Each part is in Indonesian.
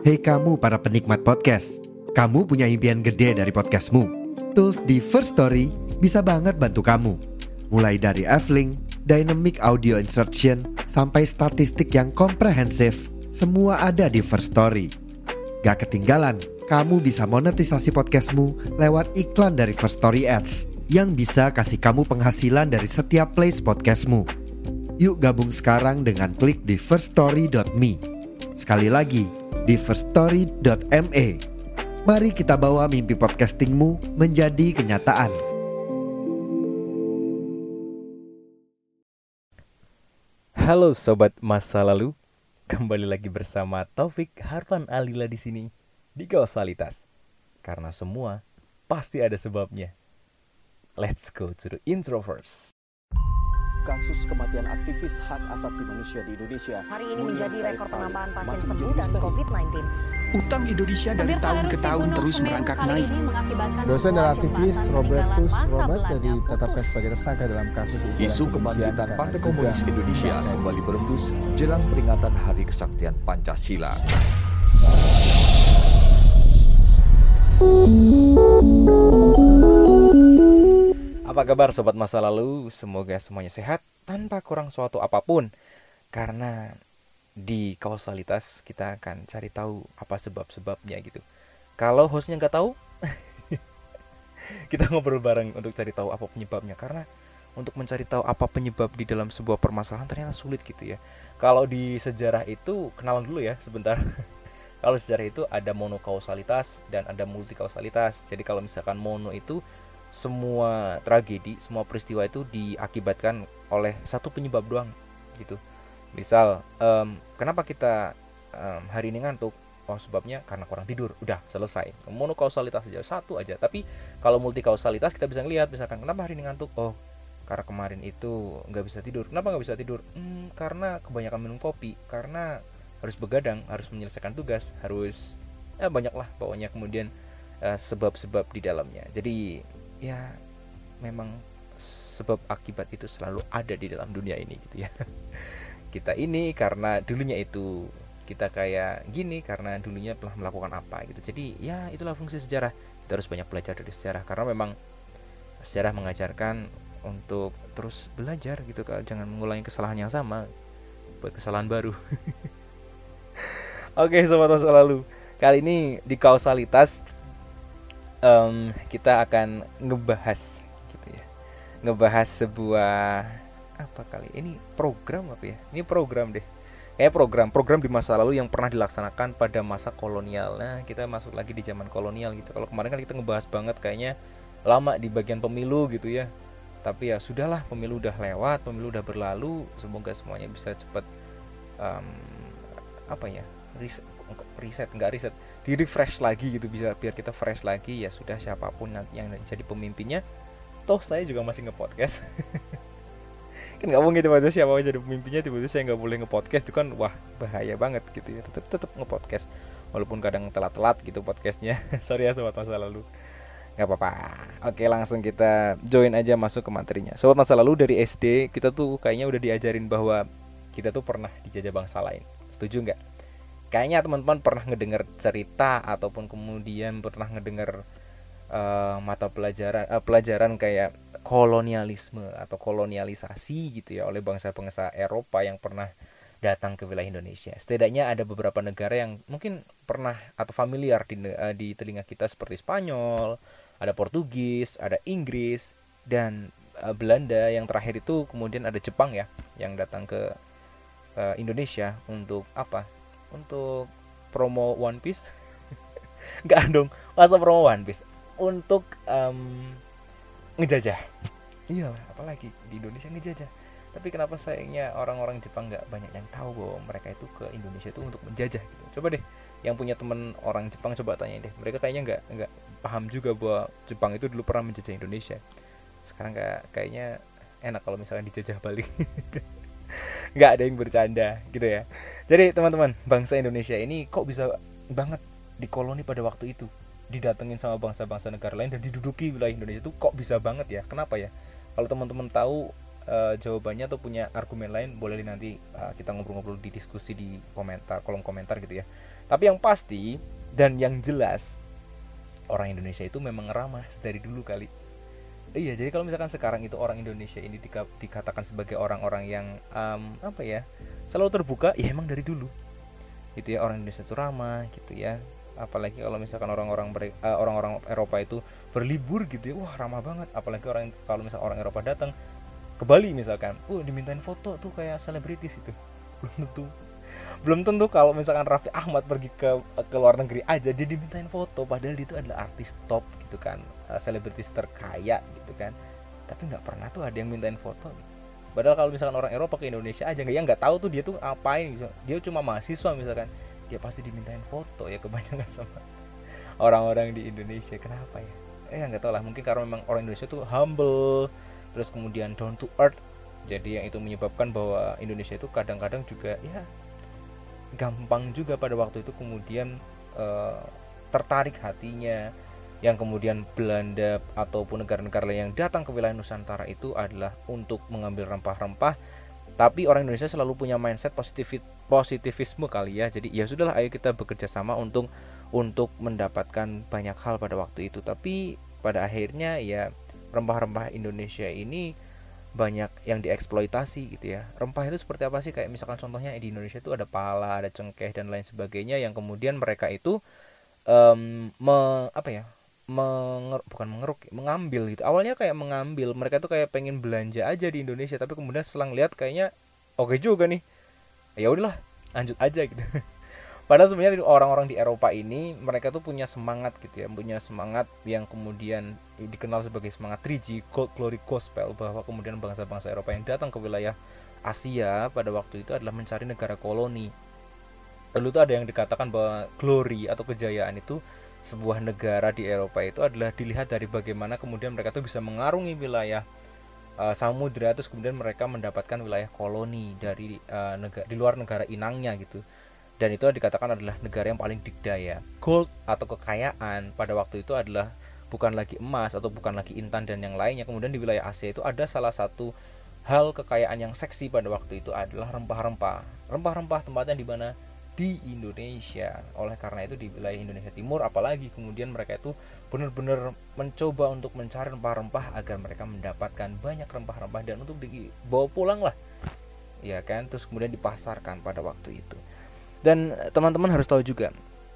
Hei kamu para penikmat podcast, kamu punya impian gede dari podcastmu. Tools di First Story bisa banget bantu kamu. Mulai dari F-Link, Dynamic Audio Insertion, sampai statistik yang komprehensif, semua ada di First Story. Gak ketinggalan, kamu bisa monetisasi podcastmu lewat iklan dari First Story Ads yang bisa kasih kamu penghasilan dari setiap plays podcastmu. Yuk gabung sekarang dengan klik di firststory.me. Sekali lagi, di firststory.me. Mari kita bawa mimpi podcastingmu menjadi kenyataan. Halo sobat masa lalu, kembali lagi bersama Taufik Harfan Alila di sini di Kausalitas. Karena semua pasti ada sebabnya. Let's go to the intro first. Kasus kematian aktivis hak asasi manusia di Indonesia hari ini menjadi rekor penambahan pasien sembuh dan COVID-19. Utang Indonesia dari tahun ke tahun terus merangkak naik. Dosen dan aktivis Robertus Robert ditetapkan sebagai tersangka dalam kasus isu kebangkitan Partai Komunis Indonesia kembali berembus jelang peringatan Hari Kesaktian Pancasila. Apa kabar sobat masa lalu? Semoga semuanya sehat tanpa kurang suatu apapun. Karena di Kausalitas kita akan cari tahu apa sebab-sebabnya gitu. Kalau hostnya nggak tahu, kita ngobrol bareng untuk cari tahu apa penyebabnya. Karena untuk mencari tahu apa penyebab di dalam sebuah permasalahan ternyata sulit gitu ya. Kalau di sejarah itu, kenalan dulu ya sebentar. Kalau sejarah itu ada monokausalitas dan ada multikausalitas. Jadi kalau misalkan mono itu semua tragedi, semua peristiwa itu diakibatkan oleh satu penyebab doang gitu. Misal, kenapa kita hari ini ngantuk? Oh sebabnya karena kurang tidur. Udah selesai. Monokausalitas aja, satu aja. Tapi kalau multikausalitas kita bisa ngelihat, misalkan kenapa hari ini ngantuk? Oh karena kemarin itu nggak bisa tidur. Kenapa nggak bisa tidur? Karena kebanyakan minum kopi. Karena harus begadang, harus menyelesaikan tugas, harus banyak lah pokoknya. Kemudian sebab-sebab di dalamnya. Jadi ya memang sebab akibat itu selalu ada di dalam dunia ini gitu ya. Kita ini karena dulunya itu, kita kayak gini karena dulunya telah melakukan apa gitu. Jadi ya itulah fungsi sejarah. Kita harus banyak belajar dari sejarah karena memang sejarah mengajarkan untuk terus belajar gitu, jangan mengulangi kesalahan yang sama, buat kesalahan baru. Oke sobat masa lalu, kali ini di Kausalitas kita akan ngebahas gitu ya. Ngebahas sebuah apa kali ini program apa ya? Ini program deh. Kayak program di masa lalu yang pernah dilaksanakan pada masa kolonial. Nah, kita masuk lagi di zaman kolonial gitu. Kalau kemarin kan kita ngebahas banget kayaknya lama di bagian pemilu gitu ya. Tapi ya sudahlah, pemilu udah lewat, pemilu udah berlalu. Semoga semuanya bisa cepat riset di refresh lagi gitu, bisa biar kita fresh lagi. Ya sudah, siapapun nanti yang jadi pemimpinnya, toh saya juga masih nge-podcast. Kan nggak mungkin tiba-tiba siapa jadi pemimpinnya tiba-tiba saya nggak boleh nge-podcast, itu kan wah bahaya banget gitu ya. Tetap nge-podcast walaupun kadang telat-telat gitu podcastnya. Sorry ya sobat masa lalu, nggak apa-apa. Oke, langsung kita join aja masuk ke materinya. Sobat masa lalu, dari SD kita tuh kayaknya udah diajarin bahwa kita tuh pernah dijajah bangsa lain. Setuju nggak? Kayaknya teman-teman pernah ngedengar cerita ataupun kemudian pernah ngedengar mata pelajaran kayak kolonialisme atau kolonialisasi gitu ya oleh bangsa-bangsa Eropa yang pernah datang ke wilayah Indonesia. Setidaknya ada beberapa negara yang mungkin pernah atau familiar di telinga kita, seperti Spanyol, ada Portugis, ada Inggris, dan Belanda. Yang terakhir itu kemudian ada Jepang ya, yang datang ke Indonesia untuk apa? Untuk promo One Piece. Enggak dong, masa promo One Piece, untuk ngejajah. Iya, apalagi di Indonesia ngejajah. Tapi kenapa sayangnya orang-orang Jepang nggak banyak yang tahu bahwa mereka itu ke Indonesia itu untuk menjajah gitu. Coba deh yang punya teman orang Jepang, coba tanya deh, mereka kayaknya nggak paham juga bahwa Jepang itu dulu pernah menjajah Indonesia. Sekarang kayaknya enak kalau misalnya dijajah balik. Nggak ada yang bercanda gitu ya. Jadi teman-teman, bangsa Indonesia ini kok bisa banget dikoloni pada waktu itu, didatengin sama bangsa-bangsa negara lain dan diduduki wilayah Indonesia itu, kok bisa banget ya? Kenapa ya? Kalau teman-teman tahu, jawabannya atau punya argumen lain, boleh nanti kita ngobrol-ngobrol di diskusi di komentar, kolom komentar gitu ya. Tapi yang pasti dan yang jelas, orang Indonesia itu memang ramah dari dulu kali. Iya, jadi kalau misalkan sekarang itu orang Indonesia ini dikatakan sebagai orang-orang yang selalu terbuka, ya emang dari dulu gitu ya. Orang Indonesia itu ramah gitu ya. Apalagi kalau misalkan orang-orang Eropa itu berlibur gitu ya, wah ramah banget. Apalagi kalau misalkan orang Eropa datang ke Bali misalkan, dimintain foto tuh kayak selebritis itu. Belum tentu kalau misalkan Raffi Ahmad pergi ke luar negeri aja dia dimintain foto, padahal dia itu adalah artis top gitu kan, selebritis terkaya gitu kan, tapi nggak pernah tuh ada yang mintain foto. Padahal kalau misalkan orang Eropa ke Indonesia aja nggak tahu tuh dia tuh ngapain gitu. Dia cuma mahasiswa misalkan, dia pasti dimintain foto ya kebanyakan sama orang-orang di Indonesia. Kenapa ya? Nggak tahu lah, mungkin karena memang orang Indonesia tuh humble, terus kemudian down to earth. Jadi yang itu menyebabkan bahwa Indonesia itu kadang-kadang juga ya gampang juga pada waktu itu kemudian tertarik hatinya, yang kemudian Belanda ataupun negara-negara lain yang datang ke wilayah Nusantara itu adalah untuk mengambil rempah-rempah. Tapi orang Indonesia selalu punya mindset positivisme kali ya. Jadi ya sudahlah, ayo kita bekerja sama untuk mendapatkan banyak hal pada waktu itu. Tapi pada akhirnya ya rempah-rempah Indonesia ini banyak yang dieksploitasi gitu ya. Rempah itu seperti apa sih? Kayak misalkan contohnya di Indonesia itu ada pala, ada cengkeh dan lain sebagainya, yang kemudian mereka itu mengambil gitu. Awalnya kayak mengambil, mereka tuh kayak pengen belanja aja di Indonesia, tapi kemudian setelah lihat kayaknya oke juga nih, ya udahlah lanjut aja gitu. Padahal sebenarnya orang-orang di Eropa ini mereka tuh punya semangat gitu ya, punya semangat yang kemudian dikenal sebagai semangat 3G, Gold Glory Gospel, bahwa kemudian bangsa-bangsa Eropa yang datang ke wilayah Asia pada waktu itu adalah mencari negara koloni. Lalu itu ada yang dikatakan bahwa glory atau kejayaan itu sebuah negara di Eropa itu adalah dilihat dari bagaimana kemudian mereka tuh bisa mengarungi wilayah samudra, terus kemudian mereka mendapatkan wilayah koloni dari di luar negara inangnya gitu. Dan itu dikatakan adalah negara yang paling dikdaya. Gold atau kekayaan pada waktu itu adalah bukan lagi emas atau bukan lagi intan dan yang lainnya. Kemudian di wilayah Asia itu ada salah satu hal kekayaan yang seksi pada waktu itu adalah rempah-rempah. Rempah-rempah tempatnya di mana? Di Indonesia. Oleh karena itu di wilayah Indonesia Timur apalagi kemudian mereka itu benar-benar mencoba untuk mencari rempah-rempah agar mereka mendapatkan banyak rempah-rempah dan untuk dibawa pulang lah, ya kan, terus kemudian dipasarkan pada waktu itu. Dan teman-teman harus tahu juga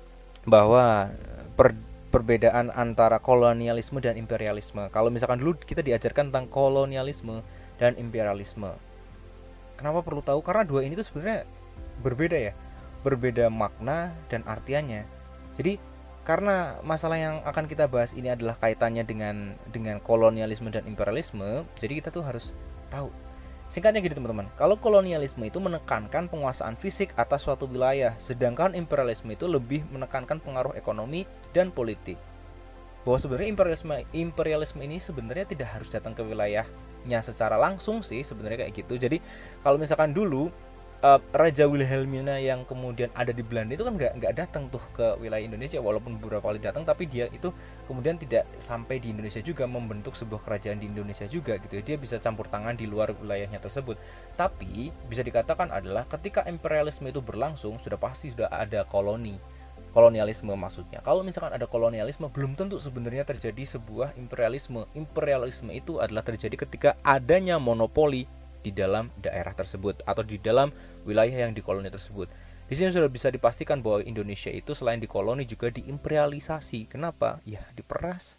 bahwa perbedaan antara kolonialisme dan imperialisme. Kalau misalkan dulu kita diajarkan tentang kolonialisme dan imperialisme, kenapa perlu tahu? Karena dua ini tuh sebenarnya berbeda ya, berbeda makna dan artiannya. Jadi karena masalah yang akan kita bahas ini adalah kaitannya dengan kolonialisme dan imperialisme, jadi kita tuh harus tahu. Singkatnya gitu teman-teman, kalau kolonialisme itu menekankan penguasaan fisik atas suatu wilayah, sedangkan imperialisme itu lebih menekankan pengaruh ekonomi dan politik. Bahwa sebenarnya imperialisme ini sebenarnya tidak harus datang ke wilayahnya secara langsung sih, sebenarnya kayak gitu. Jadi kalau misalkan dulu Raja Wilhelmina yang kemudian ada di Belanda itu kan nggak datang tuh ke wilayah Indonesia, walaupun beberapa kali datang, tapi dia itu kemudian tidak sampai di Indonesia juga, membentuk sebuah kerajaan di Indonesia juga gitu ya. Dia bisa campur tangan di luar wilayahnya tersebut. Tapi bisa dikatakan adalah ketika imperialisme itu berlangsung, sudah pasti sudah ada kolonialisme maksudnya. Kalau misalkan ada kolonialisme, belum tentu sebenarnya terjadi sebuah imperialisme. Imperialisme itu adalah terjadi ketika adanya monopoli di dalam daerah tersebut atau di dalam wilayah yang dikoloni tersebut. Di sini sudah bisa dipastikan bahwa Indonesia itu selain dikoloni juga diimperialisasi. Kenapa? Ya diperas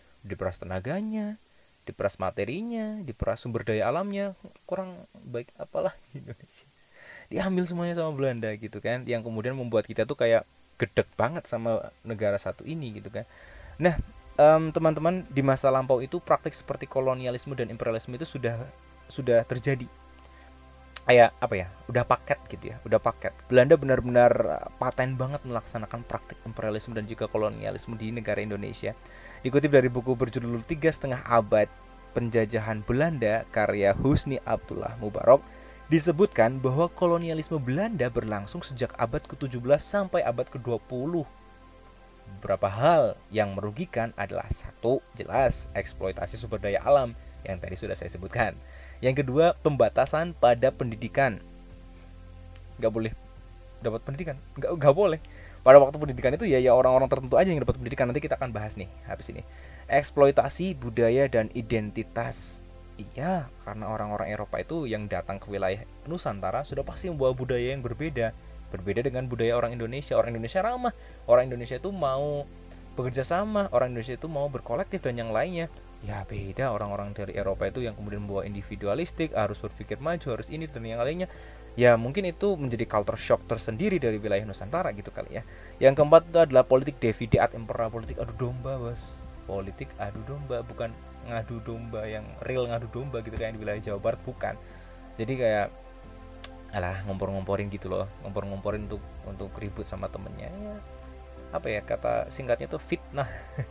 tenaganya, diperas materinya, diperas sumber daya alamnya, kurang baik apalah Indonesia. Diambil semuanya sama Belanda gitu kan, yang kemudian membuat kita tuh kayak gedek banget sama negara satu ini gitu kan. Nah, teman-teman, di masa lampau itu praktik seperti kolonialisme dan imperialisme itu sudah terjadi. Kayak apa ya? Udah paket gitu ya, udah paket. Belanda benar-benar paten banget melaksanakan praktik imperialisme dan juga kolonialisme di negara Indonesia. Dikutip dari buku berjudul 3,5 Abad Penjajahan Belanda karya Husni Abdullah Mubarak, disebutkan bahwa kolonialisme Belanda berlangsung sejak abad ke-17 sampai abad ke-20. Beberapa hal yang merugikan adalah satu, jelas eksploitasi sumber daya alam yang tadi sudah saya sebutkan. Yang kedua, pembatasan pada pendidikan. Nggak boleh dapat pendidikan, nggak boleh. Pada waktu pendidikan itu ya orang-orang tertentu aja yang dapat pendidikan. Nanti kita akan bahas nih habis ini. Eksploitasi budaya dan identitas. Iya, karena orang-orang Eropa itu yang datang ke wilayah Nusantara sudah pasti membawa budaya yang berbeda dengan budaya orang Indonesia. Orang Indonesia ramah, orang Indonesia itu mau bekerja sama, orang Indonesia itu mau berkolektif dan yang lainnya. Ya beda orang-orang dari Eropa itu yang kemudian membawa individualistik, harus berpikir maju, harus ini dan yang lainnya. Ya mungkin itu menjadi culture shock tersendiri dari wilayah Nusantara gitu kali ya. Yang keempat itu adalah politik divide ad impera, politik adu domba, bos. Politik adu domba, bukan ngadu domba yang real ngadu domba gitu kayak di wilayah Jawa Barat, bukan. Jadi kayak ngompor-ngomporin gitu loh, ngompor-ngomporin untuk ribut sama temennya. Ya, apa ya kata singkatnya tuh fitnah.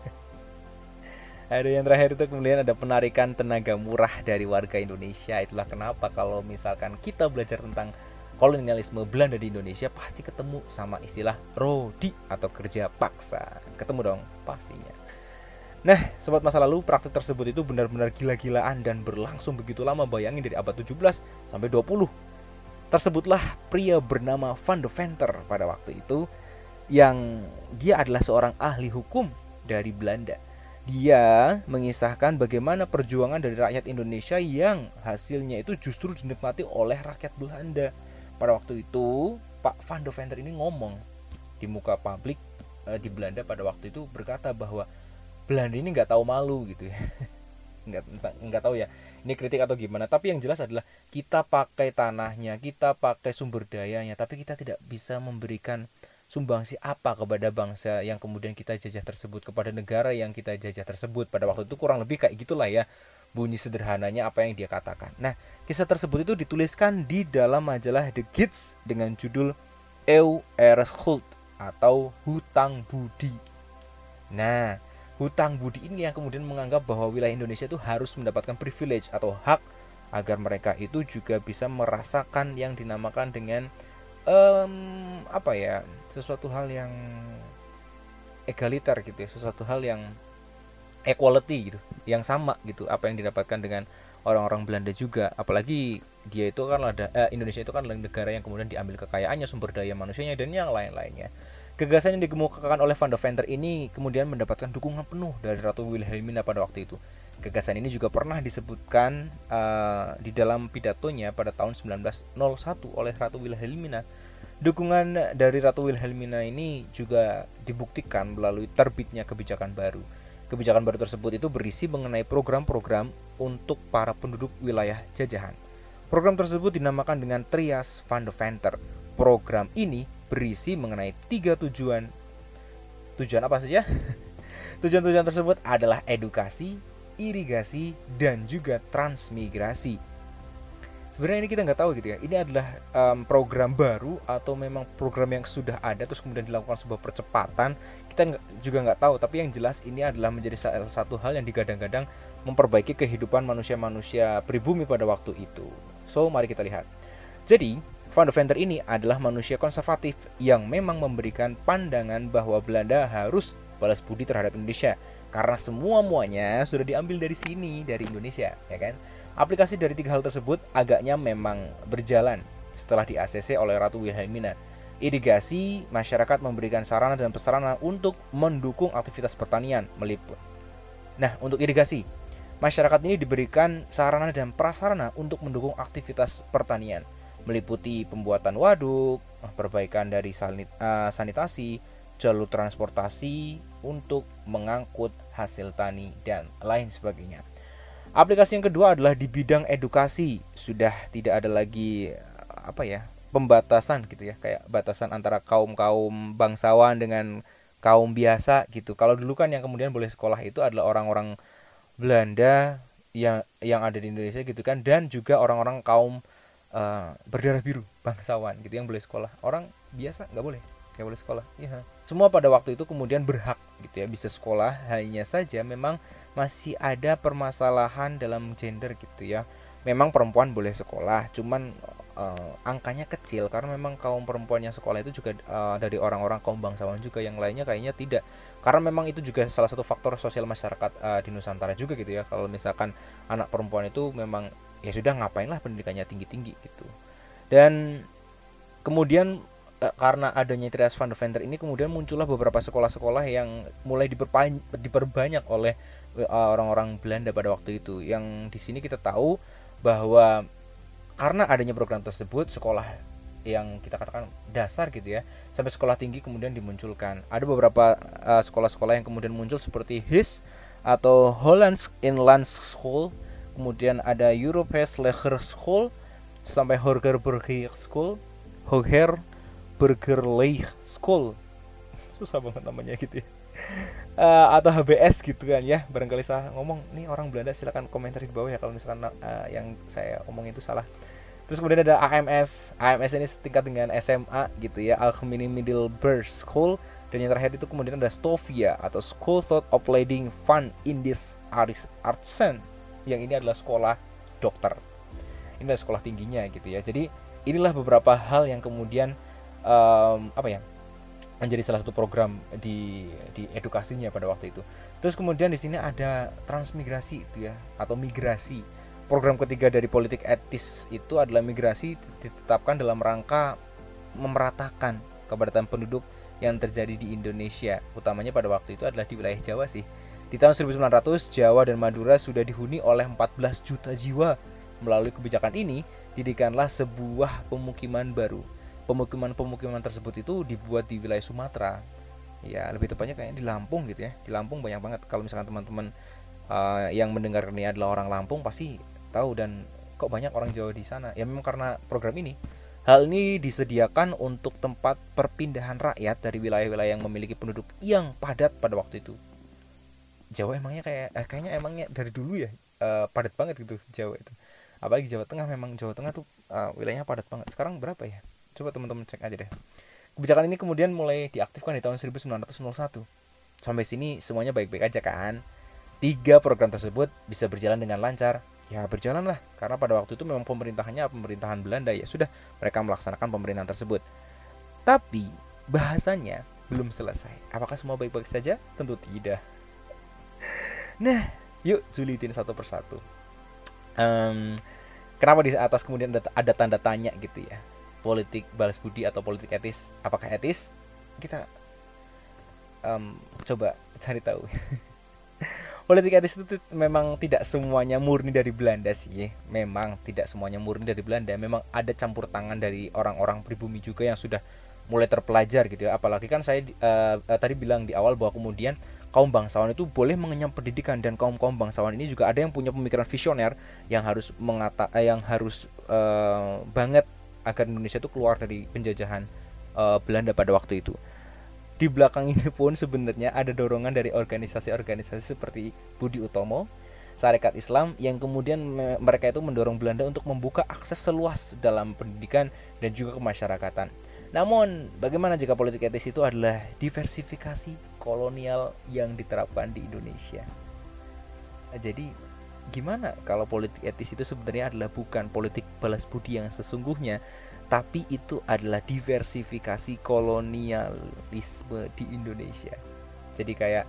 Ada yang terakhir itu kemudian ada penarikan tenaga murah dari warga Indonesia. Itulah kenapa kalau misalkan kita belajar tentang kolonialisme Belanda di Indonesia pasti ketemu sama istilah rodi atau kerja paksa. Ketemu dong pastinya. Nah, sobat masa lalu, praktik tersebut itu benar-benar gila-gilaan dan berlangsung begitu lama. Bayangin dari abad 17 sampai 20. Tersebutlah pria bernama Van de Venter pada waktu itu, yang dia adalah seorang ahli hukum dari Belanda. Dia mengisahkan bagaimana perjuangan dari rakyat Indonesia yang hasilnya itu justru dinikmati oleh rakyat Belanda. Pada waktu itu, Pak Van de Venter ini ngomong di muka publik di Belanda pada waktu itu, berkata bahwa Belanda ini nggak tahu malu gitu ya. nggak tahu ya ini kritik atau gimana, tapi yang jelas adalah kita pakai tanahnya, kita pakai sumber dayanya, tapi kita tidak bisa memberikan sumbangsi apa kepada bangsa yang kemudian kita jajah tersebut, kepada negara yang kita jajah tersebut. Pada waktu itu kurang lebih kayak gitulah ya bunyi sederhananya apa yang dia katakan. Nah, kisah tersebut itu dituliskan di dalam majalah The Gids dengan judul Eeuw Erfgoed atau Hutang Budi. Nah, hutang budi ini yang kemudian menganggap bahwa wilayah Indonesia itu harus mendapatkan privilege atau hak agar mereka itu juga bisa merasakan yang dinamakan dengan sesuatu hal yang egaliter gitu ya, sesuatu hal yang equality gitu, yang sama gitu, apa yang didapatkan dengan orang-orang Belanda juga. Apalagi dia itu kan Indonesia itu kan negara yang kemudian diambil kekayaannya, sumber daya manusianya dan yang lain-lainnya. Gagasan yang dikemukakan oleh Van de Venter ini kemudian mendapatkan dukungan penuh dari Ratu Wilhelmina pada waktu itu. Gagasan ini juga pernah disebutkan di dalam pidatonya pada tahun 1901 oleh Ratu Wilhelmina. Dukungan dari Ratu Wilhelmina ini juga dibuktikan melalui terbitnya kebijakan baru. Kebijakan baru tersebut itu berisi mengenai program-program untuk para penduduk wilayah jajahan. Program tersebut dinamakan dengan Trias Van de Venter. Program ini berisi mengenai 3 tujuan. Tujuan apa saja? Tujuan-tujuan tersebut adalah edukasi, irigasi, dan juga transmigrasi. Sebenarnya ini kita nggak tahu gitu ya, ini adalah program baru atau memang program yang sudah ada terus kemudian dilakukan sebuah percepatan, kita juga nggak tahu. Tapi yang jelas ini adalah menjadi salah satu hal yang digadang-gadang memperbaiki kehidupan manusia-manusia pribumi pada waktu itu. So mari kita lihat. Jadi Van de Venter ini adalah manusia konservatif yang memang memberikan pandangan bahwa Belanda harus balas budi terhadap Indonesia karena semua-muanya sudah diambil dari sini, dari Indonesia, ya kan? Aplikasi dari 3 hal tersebut agaknya memang berjalan setelah di-ACC oleh Ratu Wilhelmina. Irigasi, masyarakat memberikan sarana dan prasarana untuk mendukung aktivitas pertanian meliput. Nah, untuk irigasi, masyarakat ini diberikan sarana dan prasarana untuk mendukung aktivitas pertanian, meliputi pembuatan waduk, perbaikan dari sanitasi, jalur transportasi untuk mengangkut hasil tani dan lain sebagainya. Aplikasi yang kedua adalah di bidang edukasi. Sudah tidak ada lagi pembatasan gitu ya, kayak batasan antara kaum bangsawan dengan kaum biasa gitu. Kalau dulu kan yang kemudian boleh sekolah itu adalah orang-orang Belanda yang ada di Indonesia gitu kan, dan juga orang-orang kaum berdarah biru, bangsawan gitu yang boleh sekolah. Orang biasa nggak boleh sekolah. Ya. Semua pada waktu itu kemudian berhak gitu ya bisa sekolah, hanya saja memang masih ada permasalahan dalam gender gitu ya. Memang perempuan boleh sekolah, cuman angkanya kecil karena memang kaum perempuan yang sekolah itu juga dari orang-orang kaum bangsawan juga, yang lainnya kayaknya tidak. Karena memang itu juga salah satu faktor sosial masyarakat di Nusantara juga gitu ya. Kalau misalkan anak perempuan itu memang ya sudah ngapainlah pendidikannya tinggi-tinggi gitu. Dan kemudian karena adanya Trias van Deventer ini kemudian muncullah beberapa sekolah-sekolah yang mulai diperbanyak oleh orang-orang Belanda pada waktu itu. Yang di sini kita tahu bahwa karena adanya program tersebut, sekolah yang kita katakan dasar gitu ya, sampai sekolah tinggi kemudian dimunculkan. Ada beberapa sekolah-sekolah yang kemudian muncul seperti HIS atau Hollands Inland School, kemudian ada Europees Leger School sampai Hoger Burger School, Hoger Burgerlijk School, susah banget namanya gitu ya. Atau HBS gitu kan ya, barangkali salah ngomong nih orang Belanda, silakan komentar di bawah ya kalau misalkan yang saya omong itu salah. Terus kemudian ada AMS ini setingkat dengan SMA gitu ya, Algemene Middelburg School. Dan yang terakhir itu kemudian ada Stovia atau School of Leiding van Indische Artsen, yang ini adalah sekolah dokter. Ini adalah sekolah tingginya gitu ya. Jadi inilah beberapa hal yang kemudian menjadi salah satu program di edukasinya pada waktu itu. Terus kemudian di sini ada transmigrasi itu ya, atau migrasi. Program ketiga dari politik etis itu adalah migrasi, ditetapkan dalam rangka memeratakan kepadatan penduduk yang terjadi di Indonesia, utamanya pada waktu itu adalah di wilayah Jawa sih. Di tahun 1900 Jawa dan Madura sudah dihuni oleh 14 juta jiwa. Melalui kebijakan ini didirikanlah sebuah pemukiman baru. Pemukiman tersebut itu dibuat di wilayah Sumatera. Ya, lebih tepatnya kayaknya di Lampung gitu ya. Di Lampung banyak banget. Kalau misalkan teman-teman yang mendengar ini adalah orang Lampung pasti tahu, dan kok banyak orang Jawa di sana. Ya memang karena program ini. Hal ini disediakan untuk tempat perpindahan rakyat dari wilayah-wilayah yang memiliki penduduk yang padat pada waktu itu. Jawa emangnya kayaknya emangnya dari dulu ya padat banget gitu Jawa itu. Apalagi Jawa Tengah, memang Jawa Tengah tuh wilayahnya padat banget. Sekarang berapa ya? Coba teman-teman cek aja deh. Kebijakan ini kemudian mulai diaktifkan di tahun 1901. Sampai sini semuanya baik-baik aja kan? 3 program tersebut bisa berjalan dengan lancar. Ya berjalanlah, karena pada waktu itu memang pemerintahan Belanda, ya sudah mereka melaksanakan pemerintahan tersebut. Tapi bahasanya belum selesai. Apakah semua baik-baik saja? Tentu tidak. Nah, yuk julitin satu persatu. Kenapa di atas kemudian ada tanda tanya gitu ya? Politik balas budi atau politik etis, apakah etis? Kita coba cari tahu. Politik etis itu memang tidak semuanya murni dari Belanda sih. Memang tidak semuanya murni dari Belanda. Memang ada campur tangan dari orang-orang pribumi juga yang sudah mulai terpelajar gitu ya. Apalagi kan saya tadi bilang di awal bahwa kemudian kaum bangsawan itu boleh mengenyam pendidikan, dan kaum bangsawan ini juga ada yang punya pemikiran visioner yang harus banget agar Indonesia itu keluar dari penjajahan Belanda pada waktu itu. Di belakang ini pun sebenarnya ada dorongan dari organisasi-organisasi seperti Budi Utomo, Sarekat Islam, yang kemudian mereka itu mendorong Belanda untuk membuka akses seluas dalam pendidikan dan juga kemasyarakatan. Namun, bagaimana jika politik etis itu adalah diversifikasi kolonial yang diterapkan di Indonesia? Jadi, gimana kalau politik etis itu sebenarnya adalah bukan politik balas budi yang sesungguhnya, tapi itu adalah diversifikasi kolonialisme di Indonesia. Jadi kayak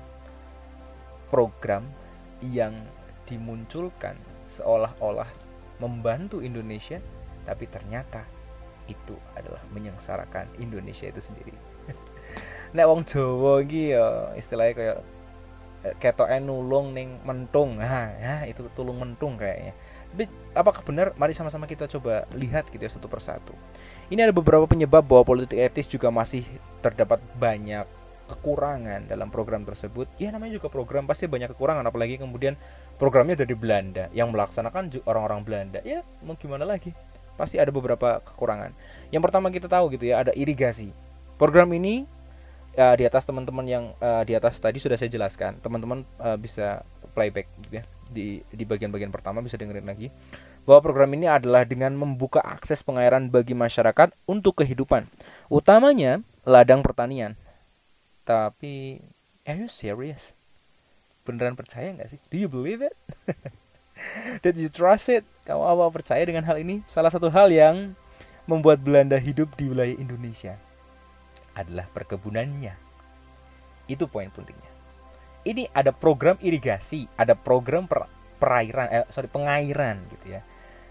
program yang dimunculkan seolah-olah membantu Indonesia, tapi ternyata itu adalah menyengsarakan Indonesia itu sendiri. Nek wong Jawa iki ya istilahnya kayak ketoke nulung ning mentung. Nah, itu tulung mentung kayaknya. Tapi apakah benar? Mari sama-sama kita coba lihat gitu ya satu persatu. Ini ada beberapa penyebab bahwa politik etis juga masih terdapat banyak kekurangan dalam program tersebut. Ya namanya juga program, pasti banyak kekurangan, apalagi kemudian programnya dari Belanda, yang melaksanakan orang-orang Belanda. Ya mau gimana lagi, pasti ada beberapa kekurangan. Yang pertama kita tahu gitu ya, ada irigasi. Program ini di atas teman-teman yang di atas tadi sudah saya jelaskan. Teman-teman bisa playback gitu ya. Di bagian-bagian pertama bisa dengerin lagi bahwa program ini adalah dengan membuka akses pengairan bagi masyarakat untuk kehidupan, utamanya ladang pertanian. Tapi are you serious? Beneran percaya nggak sih? Do you believe it? Did you trust it? Kamu apa percaya dengan hal ini? Salah satu hal yang membuat Belanda hidup di wilayah Indonesia adalah perkebunannya. Itu poin pentingnya. Ini ada program irigasi, ada program pengairan gitu ya.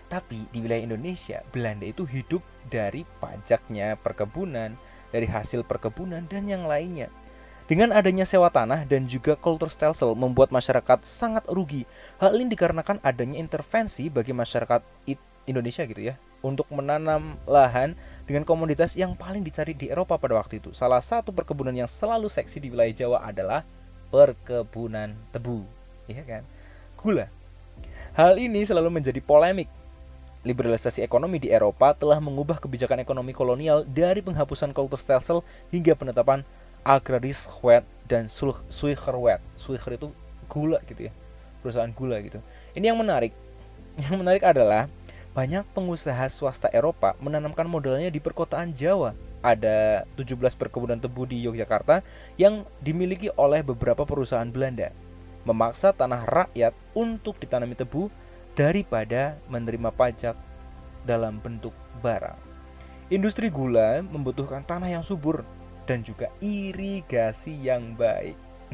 Tapi di wilayah Indonesia, Belanda itu hidup dari pajaknya perkebunan, dari hasil perkebunan dan yang lainnya. Dengan adanya sewa tanah dan juga kulturstelsel membuat masyarakat sangat rugi. Hal ini dikarenakan adanya intervensi bagi masyarakat Indonesia gitu ya, untuk menanam lahan dengan komoditas yang paling dicari di Eropa pada waktu itu. Salah satu perkebunan yang selalu seksi di wilayah Jawa adalah perkebunan tebu, ya kan? Gula. Hal ini selalu menjadi polemik. Liberalisasi ekonomi di Eropa telah mengubah kebijakan ekonomi kolonial dari penghapusan kulturstelsel hingga penetapan Agrarisch-Wet dan Suiker-Wet. Suiker itu gula gitu ya, perusahaan gula gitu. Ini yang menarik. Yang menarik adalah banyak pengusaha swasta Eropa menanamkan modalnya di perkotaan Jawa. Ada 17 perkebunan tebu di Yogyakarta yang dimiliki oleh beberapa perusahaan Belanda, memaksa tanah rakyat untuk ditanami tebu daripada menerima pajak dalam bentuk barang. Industri gula membutuhkan tanah yang subur dan juga irigasi yang baik.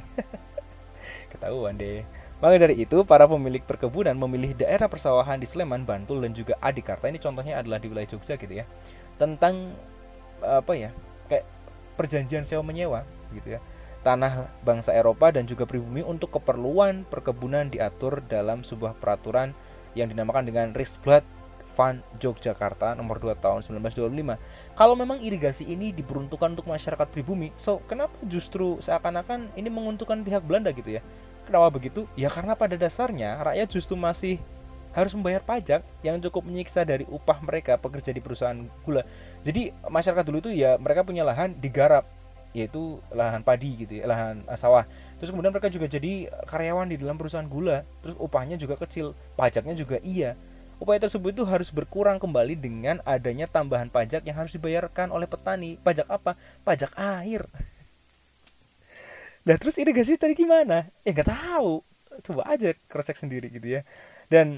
Ketahuan deh. Maka dari itu, para pemilik perkebunan memilih daerah persawahan di Sleman, Bantul, dan juga Adikarta. Ini contohnya adalah di wilayah Jogja gitu ya. Tentang kayak perjanjian sewa menyewa gitu ya. Tanah bangsa Eropa dan juga pribumi untuk keperluan perkebunan diatur dalam sebuah peraturan yang dinamakan dengan Riksblad van Yogyakarta nomor 2 tahun 1925. Kalau memang irigasi ini diperuntukkan untuk masyarakat pribumi, so kenapa justru seakan-akan ini menguntungkan pihak Belanda gitu ya? Kenapa begitu? Ya karena pada dasarnya rakyat justru masih harus membayar pajak yang cukup menyiksa dari upah mereka pekerja di perusahaan gula. Jadi masyarakat dulu itu ya mereka punya lahan digarap, yaitu lahan padi gitu ya, lahan sawah. Terus kemudian mereka juga jadi karyawan di dalam perusahaan gula. Terus upahnya juga kecil, pajaknya juga iya. Upaya tersebut itu harus berkurang kembali dengan adanya tambahan pajak yang harus dibayarkan oleh petani. Pajak apa? Pajak air. Nah terus irigasi tadi gimana? Ya nggak tahu. Coba aja cross check sendiri gitu ya. Dan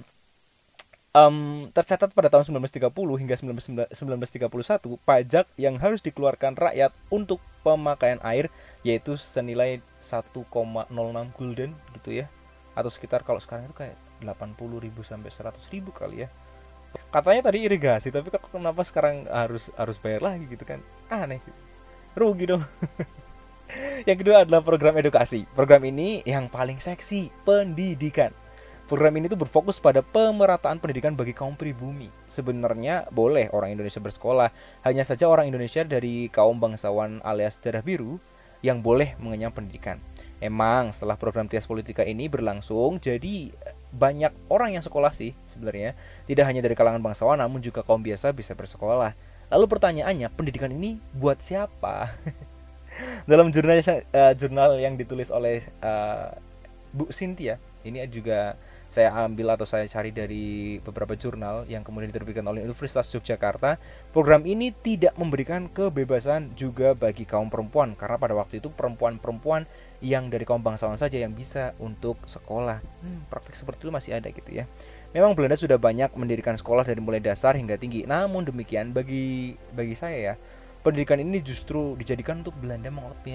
tercatat pada tahun 1930 hingga 1931 pajak yang harus dikeluarkan rakyat untuk pemakaian air yaitu senilai 1,06 gulden gitu ya, atau sekitar kalau sekarang itu kayak 80.000 sampai 100.000 kali ya. Katanya tadi irigasi, tapi kenapa sekarang harus bayar lagi gitu kan? Aneh, rugi dong. Yang kedua adalah program edukasi. Program ini yang paling seksi, pendidikan. Program ini tuh berfokus pada pemerataan pendidikan bagi kaum pribumi. Sebenarnya boleh orang Indonesia bersekolah, hanya saja orang Indonesia dari kaum bangsawan alias darah biru yang boleh mengenyam pendidikan. Emang setelah program Tias Politika ini berlangsung, jadi banyak orang yang sekolah sih sebenarnya. Tidak hanya dari kalangan bangsawan, namun juga kaum biasa bisa bersekolah. Lalu pertanyaannya, pendidikan ini buat siapa? Dalam jurnal yang ditulis oleh Bu Cynthia, ini juga saya ambil atau saya cari dari beberapa jurnal yang kemudian diterbitkan oleh Universitas Yogyakarta. Program ini tidak memberikan kebebasan juga bagi kaum perempuan, karena pada waktu itu perempuan-perempuan yang dari kaum bangsawan saja yang bisa untuk sekolah. Praktik seperti itu masih ada gitu ya. Memang Belanda sudah banyak mendirikan sekolah dari mulai dasar hingga tinggi. Namun demikian bagi saya ya, pendidikan ini justru dijadikan untuk Belanda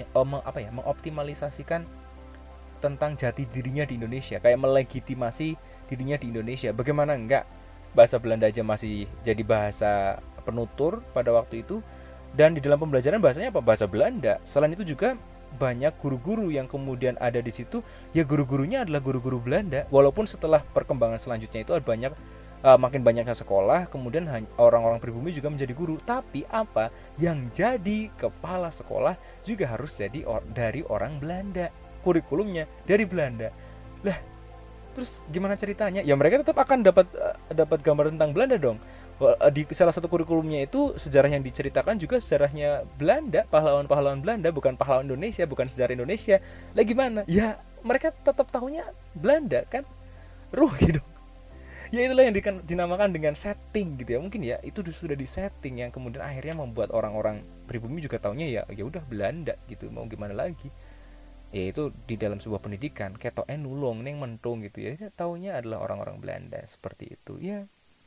mengoptimalisasikan tentang jati dirinya di Indonesia, kayak melegitimasi dirinya di Indonesia. Bagaimana enggak bahasa Belanda aja masih jadi bahasa penutur pada waktu itu, dan di dalam pembelajaran bahasanya apa? Bahasa Belanda. Selain itu juga banyak guru-guru yang kemudian ada di situ, ya guru-gurunya adalah guru-guru Belanda. Walaupun setelah perkembangan selanjutnya itu ada makin banyaknya sekolah, kemudian orang-orang pribumi juga menjadi guru. Tapi apa? Yang jadi kepala sekolah juga harus jadi dari orang Belanda. Kurikulumnya dari Belanda. Lah, terus gimana ceritanya? Ya mereka tetap akan dapat gambar tentang Belanda dong. Di salah satu kurikulumnya itu sejarah yang diceritakan juga sejarahnya Belanda, pahlawan-pahlawan Belanda, bukan pahlawan Indonesia, bukan sejarah Indonesia. Lah gimana? Ya mereka tetap tahunya Belanda kan? Rugi dong. Ya itulah yang dinamakan dengan setting gitu ya. Mungkin ya itu sudah di setting yang kemudian akhirnya membuat orang-orang pribumi juga tahunya ya udah Belanda gitu. Mau gimana lagi? Ya itu di dalam sebuah pendidikan ketok nulung neng mentung gitu ya, taunya adalah orang-orang Belanda seperti itu ya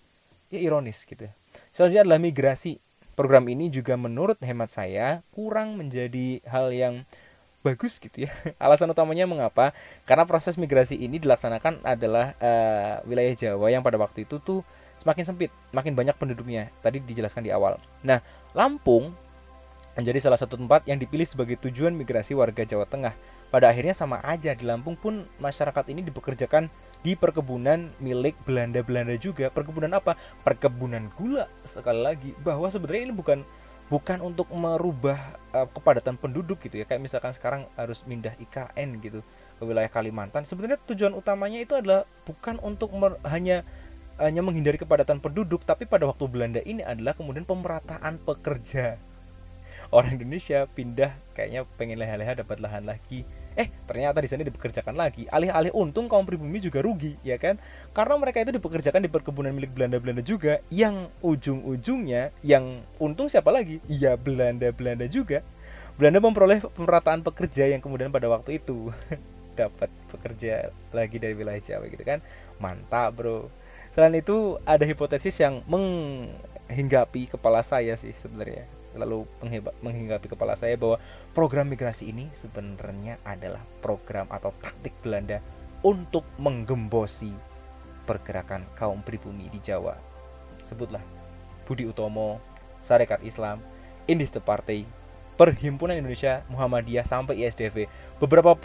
ironis gitu ya. Selanjutnya adalah migrasi. Program ini juga menurut hemat saya kurang menjadi hal yang bagus gitu ya. Alasan utamanya mengapa? Karena proses migrasi ini dilaksanakan adalah wilayah Jawa yang pada waktu itu tuh semakin sempit, makin banyak penduduknya. Tadi dijelaskan di awal. Nah, Lampung menjadi salah satu tempat yang dipilih sebagai tujuan migrasi warga Jawa Tengah. Pada akhirnya sama aja, di Lampung pun masyarakat ini dipekerjakan di perkebunan milik Belanda juga. Perkebunan apa? Perkebunan gula. Sekali lagi, bahwa sebenarnya ini bukan untuk merubah kepadatan penduduk gitu ya. Kayak misalkan sekarang harus pindah IKN gitu ke wilayah Kalimantan. Sebenarnya tujuan utamanya itu adalah bukan untuk hanya menghindari kepadatan penduduk, tapi pada waktu Belanda ini adalah kemudian pemerataan pekerja. Orang Indonesia pindah kayaknya pengen leha-leha dapat lahan lagi. Ternyata di sana dipekerjakan lagi. Alih-alih untung, kaum pribumi juga rugi, ya kan? Karena mereka itu dipekerjakan di perkebunan milik Belanda juga, yang ujung-ujungnya yang untung siapa lagi? Ya Belanda juga. Belanda memperoleh pemerataan pekerja yang kemudian pada waktu itu dapat pekerja lagi dari wilayah Jawa gitu kan. Mantap, bro. Selain itu ada hipotesis yang menghinggapi kepala saya sih sebenarnya. Lalu menghinggapi kepala saya bahwa program migrasi ini sebenarnya adalah program atau taktik Belanda untuk menggembosi pergerakan kaum pribumi di Jawa. Sebutlah Budi Utomo, Sarekat Islam, Indiste Partai, Perhimpunan Indonesia Muhammadiyah sampai ISDV. Beberapa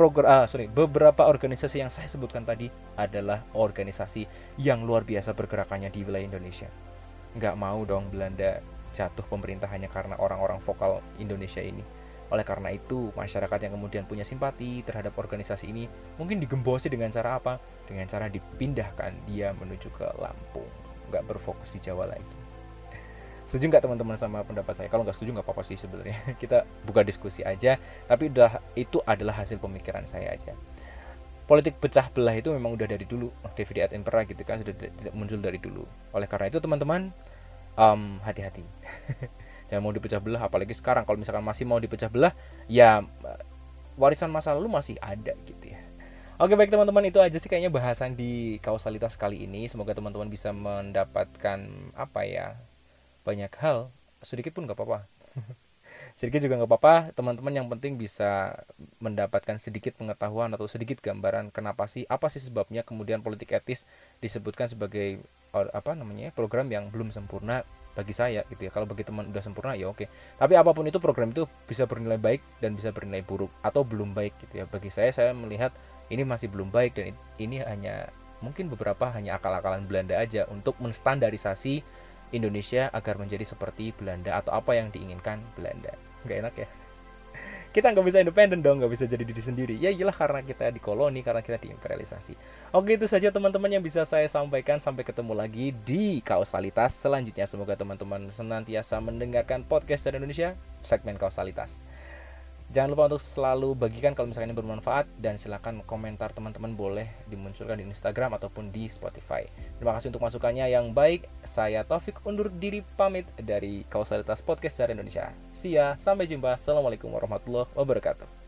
organisasi yang saya sebutkan tadi adalah organisasi yang luar biasa pergerakannya di wilayah Indonesia. Nggak mau dong Belanda jatuh pemerintah hanya karena orang-orang vokal Indonesia ini. Oleh karena itu, masyarakat yang kemudian punya simpati terhadap organisasi ini mungkin digembosi dengan cara apa? Dengan cara dipindahkan dia menuju ke Lampung, nggak berfokus di Jawa lagi. Setuju nggak teman-teman sama pendapat saya? Kalau nggak setuju nggak apa-apa sih sebenarnya. Kita buka diskusi aja, tapi itu adalah hasil pemikiran saya aja. Politik pecah belah itu memang udah dari dulu, Divide et Impera gitu kan, sudah muncul dari dulu. Oleh karena itu teman-teman, hati-hati. Jangan mau dipecah belah, apalagi sekarang kalau misalkan masih mau dipecah belah, ya warisan masa lalu masih ada gitu ya. Oke, baik teman-teman, itu aja sih kayaknya bahasan di kausalitas kali ini. Semoga teman-teman bisa mendapatkan banyak hal, sedikit pun gak apa-apa. Sedikit juga gak apa-apa, teman-teman, yang penting bisa mendapatkan sedikit pengetahuan atau sedikit gambaran apa sih sebabnya kemudian politik etis disebutkan sebagai program yang belum sempurna bagi saya gitu ya. Kalau bagi teman udah sempurna ya oke. Tapi apapun itu, program itu bisa bernilai baik dan bisa bernilai buruk atau belum baik gitu ya. Bagi saya melihat ini masih belum baik, dan ini mungkin beberapa hanya akal-akalan Belanda aja untuk menstandarisasi Indonesia agar menjadi seperti Belanda atau apa yang diinginkan Belanda. Gak enak ya. Kita nggak bisa independen dong, nggak bisa jadi diri sendiri. Ya iyalah, karena kita dikoloni, karena kita diimperialisasi. Oke, itu saja teman-teman yang bisa saya sampaikan. Sampai ketemu lagi di kausalitas selanjutnya. Semoga teman-teman senantiasa mendengarkan podcast dari Indonesia, segmen kausalitas. Jangan lupa untuk selalu bagikan kalau misalkan ini bermanfaat, dan silakan komentar teman-teman boleh dimunculkan di Instagram ataupun di Spotify. Terima kasih untuk masukannya yang baik. Saya Taufik undur diri pamit dari Kausalitas Podcast dari Indonesia. See ya, sampai jumpa. Assalamualaikum warahmatullahi wabarakatuh.